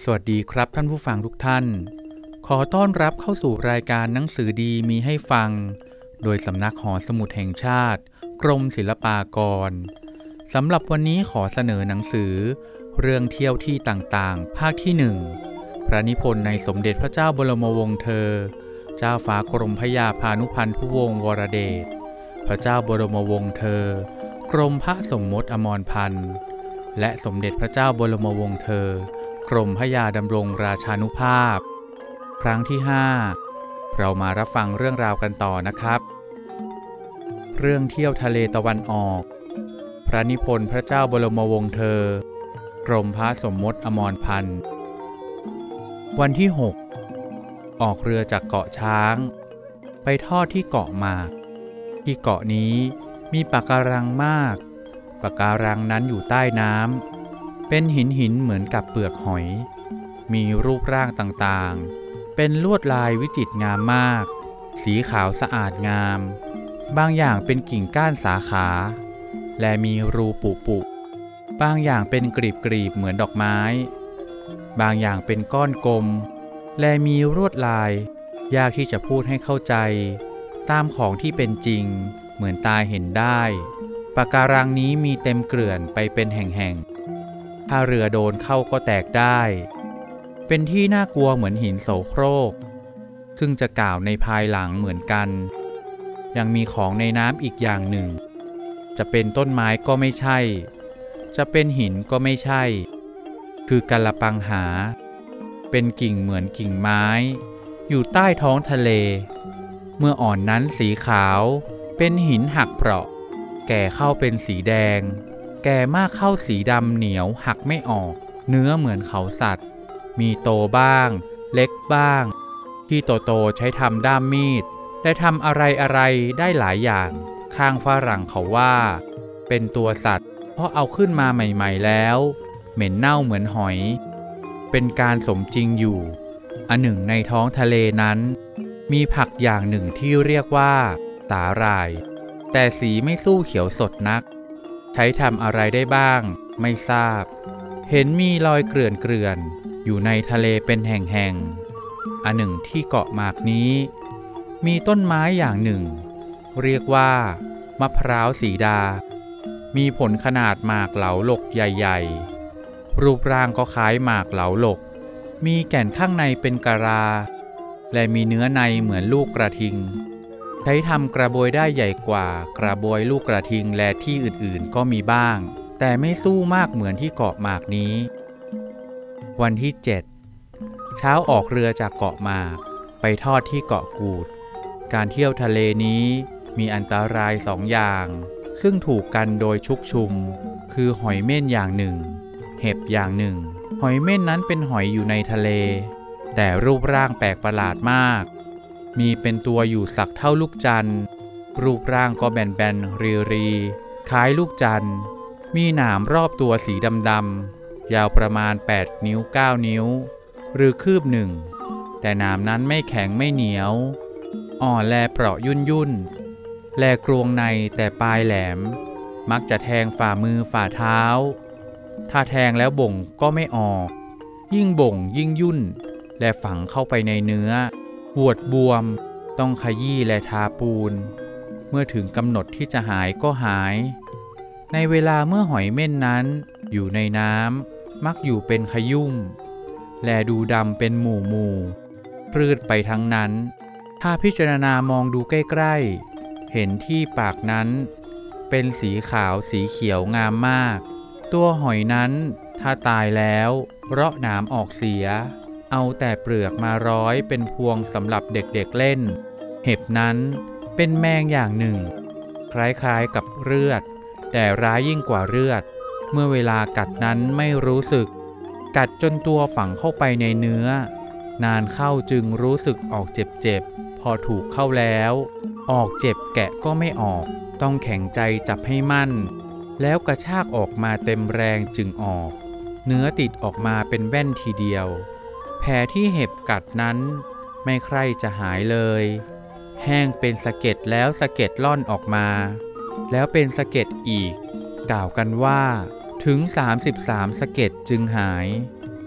สวัสดีครับท่านผู้ฟังทุกท่านขอต้อนรับเข้าสู่รายการหนังสือดีมีให้ฟังโดยสำนักหอสมุดแห่งชาติกรมศิลปากรสำหรับวันนี้ขอเสนอหนังสือเรื่องเที่ยวที่ต่างๆภาคที่1พระนิพนธ์ในสมเด็จพระเจ้าบรมวงศ์เธอเจ้าฟ้ากรมพระยาพานุพันธุวงศ์วรเดชพระเจ้าบรมวงศ์เธอกรมพระสมมติอมรพันธ์และสมเด็จพระเจ้าบรมวงศ์เธอกรมพระยาดำรงราชานุภาพครั้งที่5เรามารับฟังเรื่องราวกันต่อนะครับเรื่องเที่ยวทะเลตะวันออกพระนิพนธ์พระเจ้าบรมวงศ์เธอกรมพระสมมติอมรพันธ์วันที่6ออกเรือจากเกาะช้างไปทอดที่เกาะหมากที่เกาะนี้มีปะการังมากปะการังนั้นอยู่ใต้น้ำเป็นหินเหมือนกับเปลือกหอยมีรูปร่างต่างๆเป็นลวดลายวิจิตรงามมากสีขาวสะอาดงามบางอย่างเป็นกิ่งก้านสาขาและมีรูปุบางอย่างเป็นกลีบเหมือนดอกไม้บางอย่างเป็นก้อนกลมและมีลวดลายยากที่จะพูดให้เข้าใจตามของที่เป็นจริงเหมือนตาเห็นได้ปะการังนี้มีเต็มเกลื่อนไปเป็นแห่งๆถ้าเรือโดนเข้าก็แตกได้เป็นที่น่ากลัวเหมือนหินโสโครกซึ่งจะกล่าวในภายหลังเหมือนกันยังมีของในน้ำอีกอย่างหนึ่งจะเป็นต้นไม้ก็ไม่ใช่จะเป็นหินก็ไม่ใช่คือกัลปังหาเป็นกิ่งเหมือนกิ่งไม้อยู่ใต้ท้องทะเลเมื่ออ่อนนั้นสีขาวเป็นหินหักเปราะแก่เข้าเป็นสีแดงแก่มากเข้าสีดำเหนียวหักไม่ออกเนื้อเหมือนเขาสัตว์มีโตบ้างเล็กบ้างที่โตใช้ทำด้ามมีดและทำอะไรได้หลายอย่างข้างฝรั่งเขาว่าเป็นตัวสัตว์เพราะเอาขึ้นมาใหม่ๆแล้วเหม็นเน่าเหมือนหอยเป็นการสมจริงอยู่อันหนึ่งในท้องทะเลนั้นมีผักอย่างหนึ่งที่เรียกว่าสาหร่ายแต่สีไม่สู้เขียวสดนักใช้ทำอะไรได้บ้างไม่ทราบเห็นมีรอยเกลื่อนอยู่ในทะเลเป็นแห่งๆอันหนึ่งที่เกาะหมากนี้มีต้นไม้อย่างหนึ่งเรียกว่ามะพร้าวสีดามีผลขนาดหมากเหลาหลกใหญ่ๆรูปร่างก็คล้ายหมากเหลาหลกมีแก่นข้างในเป็นกะลาและมีเนื้อในเหมือนลูกกระทิงใช้ทำกระบวยได้ใหญ่กว่ากระบวยลูกกระทิงและที่อื่นๆก็มีบ้างแต่ไม่สู้มากเหมือนที่เกาะหมากนี้วันที่7เช้าออกเรือจากเกาะหมากไปทอดที่เกาะกูดการเที่ยวทะเลนี้มีอันตราย2 อย่างซึ่งถูกกันโดยชุกชุมคือหอยเม่นอย่างหนึ่งเห็บอย่างหนึ่งหอยเม่นนั้นเป็นหอยอยู่ในทะเลแต่รูปร่างแปลกประหลาดมากมีเป็นตัวอยู่สักเท่าลูกจันทร์รูปร่างก็แบนๆรีคล้ายลูกจันทร์มีหนามรอบตัวสีดำๆยาวประมาณ8 นิ้ว 9 นิ้วหรือคืบหนึ่งแต่หนามนั้นไม่แข็งไม่เหนียวอ่อนแลเปราะยุ่นแลกรวงในแต่ปลายแหลมมักจะแทงฝ่ามือฝ่าเท้าถ้าแทงแล้วบ่งก็ไม่ออกยิ่งบ่งยิ่งยุ่นและฝังเข้าไปในเนื้อปวดบวมต้องขยี้และทาปูนเมื่อถึงกำหนดที่จะหายก็หายในเวลาเมื่อหอยเม่นนั้นอยู่ในน้ำมักอยู่เป็นขยุ่มและดูดำเป็นหมู่ปลืดไปทั้งนั้นถ้าพิจารณามองดูใกล้ๆเห็นที่ปากนั้นเป็นสีขาวสีเขียวงามมากตัวหอยนั้นถ้าตายแล้วเราะหนามออกเสียเอาแต่เปลือกมาร้อยเป็นพวงสำหรับเด็กๆเล่นเห็บนั้นเป็นแมงอย่างหนึ่งคล้ายๆกับเลือดแต่ร้ายยิ่งกว่าเลือดเมื่อเวลากัดนั้นไม่รู้สึกกัดจนตัวฝังเข้าไปในเนื้อนานเข้าจึงรู้สึกออกเจ็บๆพอถูกเข้าแล้วออกเจ็บแกะก็ไม่ออกต้องแข็งใจจับให้มั่นแล้วกระชากออกมาเต็มแรงจึงออกเนื้อติดออกมาเป็นแว่นทีเดียวแผลที่เห็บกัดนั้นไม่ใคร่จะหายเลยแห้งเป็นสะเก็ดแล้วสะเก็ดล่อนออกมาแล้วเป็นสะเก็ดอีกกล่าวกันว่าถึง33สะเก็ดจึงหาย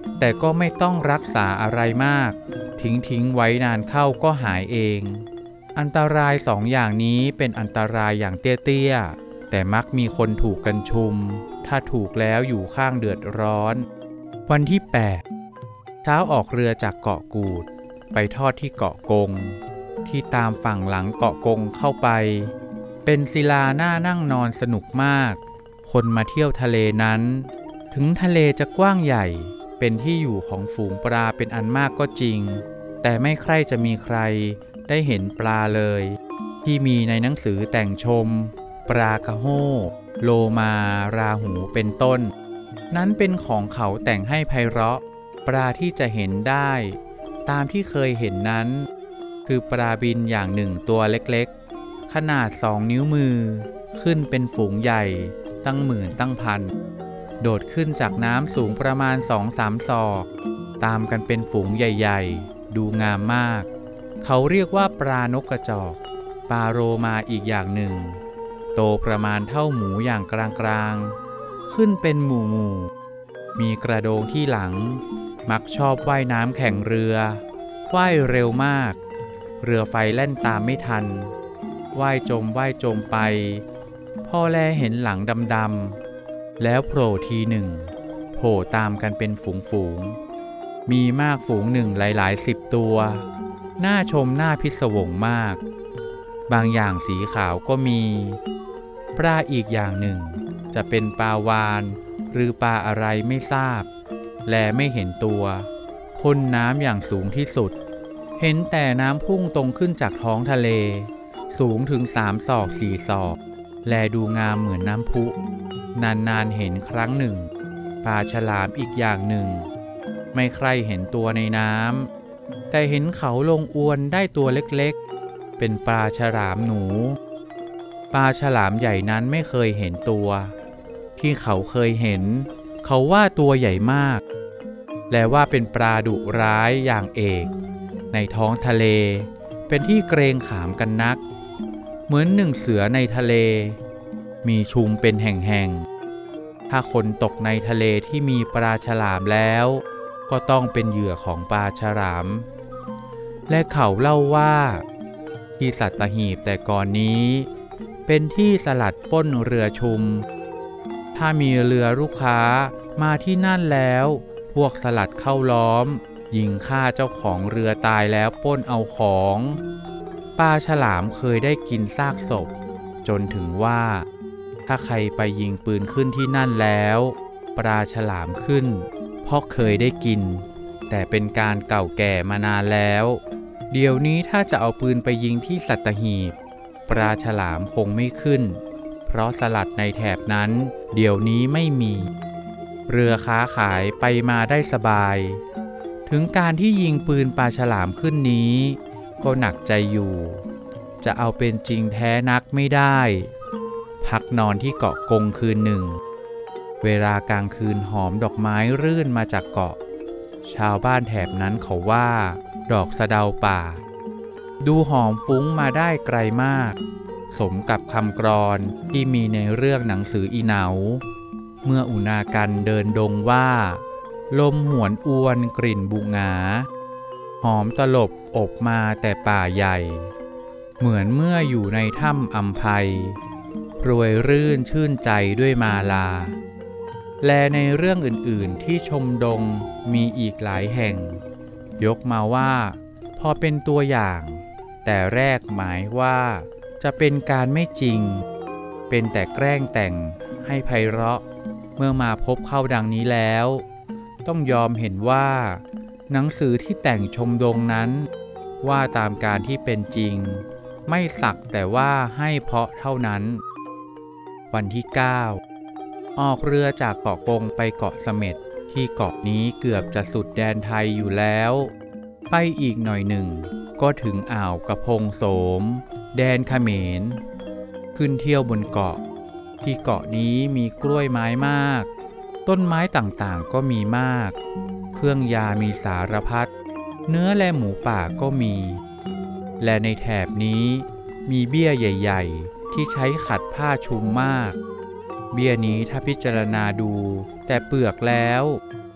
แต่ก็ไม่ต้องรักษาอะไรมากทิ้งไว้นานเข้าก็หายเองอันตราย2 อย่างนี้เป็นอันตรายอย่างเตี้ยๆแต่มักมีคนถูกกันชุมถ้าถูกแล้วอยู่ข้างเดือดร้อนวันที่8เช้าออกเรือจากเกาะกูดไปทอดที่เกาะกงที่ตามฝั่งหลังเกาะกงเข้าไปเป็นศิลาหน้านั่งนอนสนุกมากคนมาเที่ยวทะเลนั้นถึงทะเลจะกว้างใหญ่เป็นที่อยู่ของฝูงปลาเป็นอันมากก็จริงแต่ไม่ใคร่จะมีใครได้เห็นปลาเลยที่มีในหนังสือแต่งชมปลากระโห้โลมาราหูเป็นต้นนั้นเป็นของเขาแต่งให้ไพเราะปลาที่จะเห็นได้ตามที่เคยเห็นนั้นคือปลาบินอย่างหนึ่งตัวเล็กๆขนาด2 นิ้วมือขึ้นเป็นฝูงใหญ่ตั้งหมื่นตั้งพันโดดขึ้นจากน้ำสูงประมาณ2-3 ศอกตามกันเป็นฝูงใหญ่ๆดูงามมากเขาเรียกว่าปลานกกระจอกปลาโรมาอีกอย่างหนึ่งโตประมาณเท่าหมูอย่างกลางๆขึ้นเป็นหมู่มีกระโดงที่หลังมักชอบว่ายน้ำแข่งเรือว่ายเร็วมากเรือไฟแล่นตามไม่ทันว่ายจมไปพอแลเห็นหลังดำๆแล้วโผล่ทีหนึ่งโผล่ตามกันเป็นฝูงมีมากฝูงหนึ่งหลาย10 ตัวน่าชมน่าพิศวงมากบางอย่างสีขาวก็มีปลาอีกอย่างหนึ่งจะเป็นปลาวาฬหรือปลาอะไรไม่ทราบแลไม่เห็นตัวพ่นน้ำอย่างสูงที่สุดเห็นแต่น้ำพุ่งตรงขึ้นจากท้องทะเลสูงถึง3 ศอก 4 ศอกแลดูงามเหมือนน้ำพุนานๆเห็นครั้งหนึ่งปลาฉลามอีกอย่างหนึ่งไม่ใครเห็นตัวในน้ำแต่เห็นเขาลงอวนได้ตัวเล็กๆเป็นปลาฉลามหนูปลาฉลามใหญ่นั้นไม่เคยเห็นตัวที่เขาเคยเห็นเขาว่าตัวใหญ่มากและว่าเป็นปลาดุร้ายอย่างเอกในท้องทะเลเป็นที่เกรงขามกันนักเหมือน1 เสือในทะเลมีชุมเป็นแห่งๆถ้าคนตกในทะเลที่มีปลาฉลามแล้วก็ต้องเป็นเหยื่อของปลาฉลามและเขาเล่าว่าที่สัตหีบแต่ก่อนนี้เป็นที่สลัดปล้นเรือชุมถ้ามีเรือลูกค้ามาที่นั่นแล้วพวกสลัดเข้าล้อมยิงฆ่าเจ้าของเรือตายแล้วปล้นเอาของปลาฉลามเคยได้กินซากศพจนถึงว่าถ้าใครไปยิงปืนขึ้นที่นั่นแล้วปลาฉลามขึ้นเพราะเคยได้กินแต่เป็นการเก่าแก่มานานแล้วเดี๋ยวนี้ถ้าจะเอาปืนไปยิงที่สัตหีบปลาฉลามคงไม่ขึ้นเพราะสลัดในแถบนั้นเดี๋ยวนี้ไม่มีเรือค้าขายไปมาได้สบายถึงการที่ยิงปืนปลาฉลามขึ้นนี้ก็หนักใจอยู่จะเอาเป็นจริงแท้นักไม่ได้พักนอนที่เกาะกงคืนหนึ่งเวลากลางคืนหอมดอกไม้รื่นมาจากเกาะชาวบ้านแถบนั้นเขาว่าดอกสะเดาป่าดูหอมฟุ้งมาได้ไกลมากสมกับคำกลอนที่มีในเรื่องหนังสืออีเหนาเมื่ออุณากันเดินดงว่าลมหวนอวนกลิ่นบุงาหอมตลบอบมาแต่ป่าใหญ่เหมือนเมื่ออยู่ในถ้ำอัมไพรวยรื่นชื่นใจด้วยมาลาและในเรื่องอื่นๆที่ชมดงมีอีกหลายแห่งยกมาว่าพอเป็นตัวอย่างแต่แรกหมายว่าจะเป็นการไม่จริงเป็นแต่แกล้งแต่งให้ไพเราะเมื่อมาพบเข้าดังนี้แล้วต้องยอมเห็นว่าหนังสือที่แต่งชมดงนั้นว่าตามการที่เป็นจริงไม่สักแต่ว่าให้เพาะเท่านั้นวันที่9ออกเรือจากเกาะกงไปเกาะเสม็ดที่เกาะนี้เกือบจะสุดแดนไทยอยู่แล้วไปอีกหน่อยหนึ่งก็ถึงอ่าวกระพงโสมแดนเขมรขึ้นเที่ยวบนเกาะที่เกาะนี้มีกล้วยไม้มากต้นไม้ต่างๆก็มีมากเครื่องยามีสารพัดเนื้อและหมูป่าก็มีและในแถบนี้มีเบี้ยใหญ่ๆที่ใช้ขัดผ้าชุมมากเบี้ยนี้ถ้าพิจารณาดูแต่เปลือกแล้ว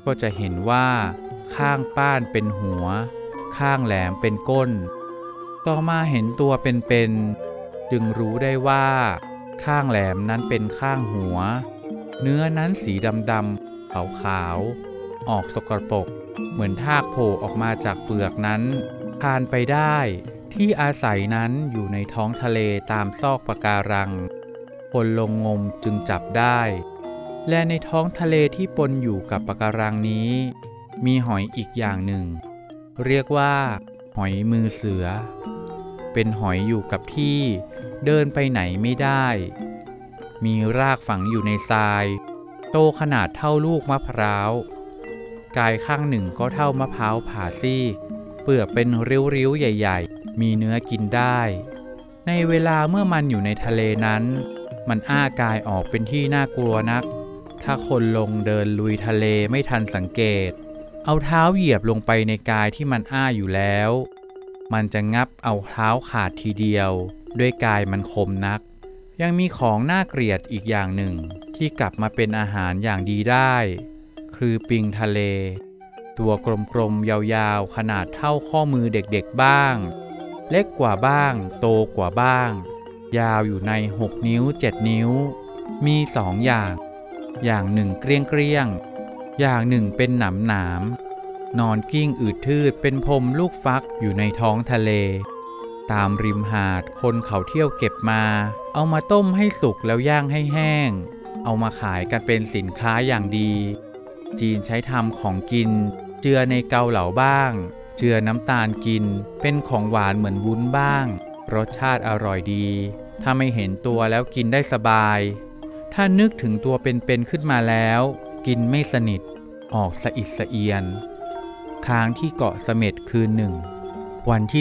ก็จะเห็นว่าข้างป้านเป็นหัวข้างแหลมเป็นก้นต่อมาเห็นตัวเป็นๆจึงรู้ได้ว่าข้างแหลมนั้นเป็นข้างหัวเนื้อนั้นสีดำๆขาวๆออกสกปรกเหมือนทากโผล่ออกมาจากเปลือกนั้นทานไปได้ที่อาศัยนั้นอยู่ในท้องทะเลตามซอกปะการังคนลงงมจึงจับได้และในท้องทะเลที่ปนอยู่กับปะการังนี้มีหอยอีกอย่างหนึ่งเรียกว่าหอยมือเสือเป็นหอยอยู่กับที่เดินไปไหนไม่ได้มีรากฝังอยู่ในทรายโตขนาดเท่าลูกมะพร้าวกายข้างหนึ่งก็เท่ามะพร้าวผ่าซีกเปลือกเป็นริ้วๆใหญ่ๆมีเนื้อกินได้ในเวลาเมื่อมันอยู่ในทะเลนั้นมันอ้ากายออกเป็นที่น่ากลัวนักถ้าคนลงเดินลุยทะเลไม่ทันสังเกตเอาเท้าเหยียบลงไปในกายที่มันอ้าอยู่แล้วมันจะงับเอาเท้าขาดทีเดียวด้วยกายมันคมนักยังมีของน่าเกลียดอีกอย่างหนึ่งที่กลับมาเป็นอาหารอย่างดีได้คือปิงทะเลตัวกลมๆยาวๆขนาดเท่าข้อมือเด็กๆบ้างเล็กกว่าบ้างโตกว่าบ้างยาวอยู่ใน6 นิ้ว 7 นิ้วมี2อย่างหนึ่งเกลี้ยงอย่างหนึ่งเป็นหนามนอนกิ้งอืดทืดเป็นพรมลูกฟักอยู่ในท้องทะเลตามริมหาดคนเขาเที่ยวเก็บมาเอามาต้มให้สุกแล้วย่างให้แห้งเอามาขายกันเป็นสินค้าอย่างดีจีนใช้ทำของกินเจือในเกาเหลาบ้างเจือน้ำตาลกินเป็นของหวานเหมือนวุ้นบ้างรสชาติอร่อยดีถ้าไม่เห็นตัวแล้วกินได้สบายถ้านึกถึงตัวเป็นๆขึ้นมาแล้วกินไม่สนิทออกสะอิดสะเอียนค้างที่เกาะเสม็ดคืนหนึ่งวันที่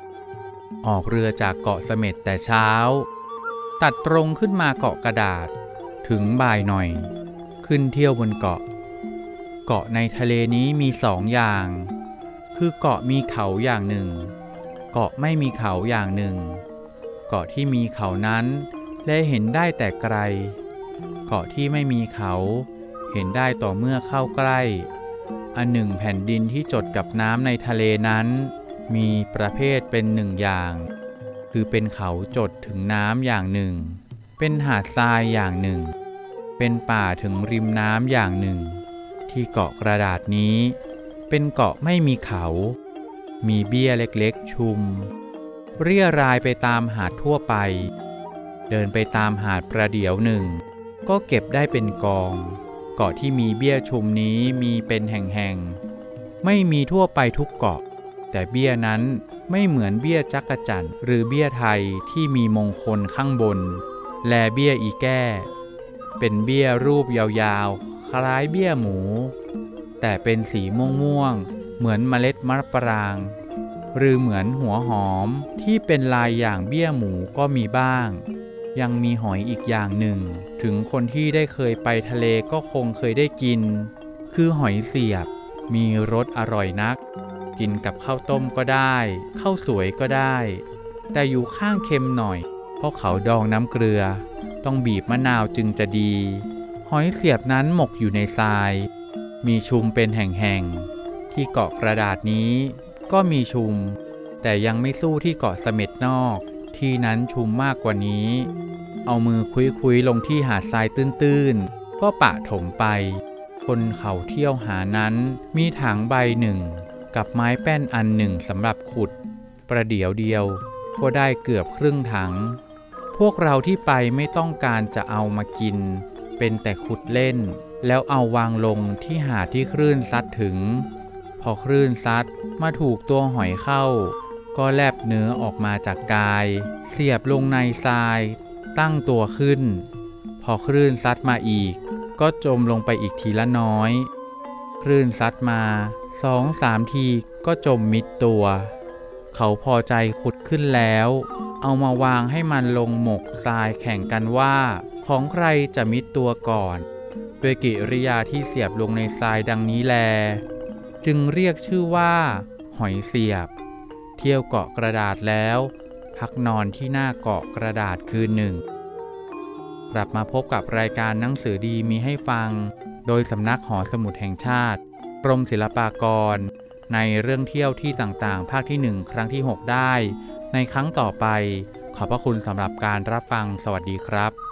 10ออกเรือจากเกาะเสม็ดแต่เช้าตัดตรงขึ้นมาเกาะกระดาษถึงบ่ายหน่อยขึ้นเที่ยวบนเกาะในทะเลนี้มี2 อย่างคือเกาะมีเขาอย่างหนึ่งเกาะไม่มีเขาอย่างหนึ่งเกาะที่มีเขานั้นและเห็นได้แต่ไกลเกาะที่ไม่มีเขาเห็นได้ต่อเมื่อเข้าใกล้อันหนึ่งแผ่นดินที่จดกับน้ำในทะเลนั้นมีประเภทเป็น1 อย่างคือเป็นเขาจดถึงน้ำอย่างหนึ่งเป็นหาดทรายอย่างหนึ่งเป็นป่าถึงริมน้ำอย่างหนึ่งที่เกาะกระดาษนี้เป็นเกาะไม่มีเขามีเบี้ยเล็กๆชุมเรี่ยรายไปตามหาดทั่วไปเดินไปตามหาดประเดี๋ยวหนึ่งก็เก็บได้เป็นกองเกาะที่มีเบี้ยชุมนี้มีเป็นแห่งๆไม่มีทั่วไปทุกเกาะแต่เบี้ยนั้นไม่เหมือนเบี้ยจักจั่นหรือเบี้ยไทยที่มีมงคลข้างบนแลเบี้ยอีแก้เป็นเบี้ยรูปยาวๆคล้ายเบี้ยหมูแต่เป็นสีม่วงๆเหมือนเมล็ดมะปรางหรือเหมือนหัวหอมที่เป็นลายอย่างเบี้ยหมูก็มีบ้างยังมีหอยอีกอย่างหนึ่งถึงคนที่ได้เคยไปทะเลก็คงเคยได้กินคือหอยเสียบมีรสอร่อยนักกินกับข้าวต้มก็ได้ข้าวสวยก็ได้แต่อยู่ข้างเค็มหน่อยเพราะเขาดองน้ำเกลือต้องบีบมะนาวจึงจะดีหอยเสียบนั้นหมกอยู่ในทรายมีชุมเป็นแห่งๆที่เกาะกระดาษนี้ก็มีชุมแต่ยังไม่สู้ที่เกาะเสม็ดนอกที่นั้นชุมมากกว่านี้เอามือคุ้ยๆลงที่หาดทรายตื้นๆก็ปะถมไปคนเขาเที่ยวหานั้นมีถังใบหนึ่งกับไม้แป้นอันหนึ่งสำหรับขุดประเดี๋ยวเดียวก็ได้เกือบครึ่งถังพวกเราที่ไปไม่ต้องการจะเอามากินเป็นแต่ขุดเล่นแล้วเอาวางลงที่หาดที่คลื่นซัดถึงพอคลื่นซัดมาถูกตัวหอยเข้าก็แลบเนื้อออกมาจากกายเสียบลงในทรายตั้งตัวขึ้นพอคลื่นซัดมาอีกก็จมลงไปอีกทีละน้อยคลื่นซัดมา2-3 ทีก็จมมิดตัวเขาพอใจขุดขึ้นแล้วเอามาวางให้มันลงหมกทรายแข่งกันว่าของใครจะมิดตัวก่อนโดยกิริยาที่เสียบลงในทรายดังนี้แลจึงเรียกชื่อว่าหอยเสียบเที่ยวเกาะกระดาษแล้วพักนอนที่หน้าเกาะกระดาษคืนหนึ่งกลับมาพบกับรายการหนังสือดีมีให้ฟังโดยสำนักหอสมุดแห่งชาติกรมศิลปากรในเรื่องเที่ยวที่ต่างๆภาคที่ 1 ครั้งที่ 6 ได้ในครั้งต่อไปขอบพระคุณสำหรับการรับฟังสวัสดีครับ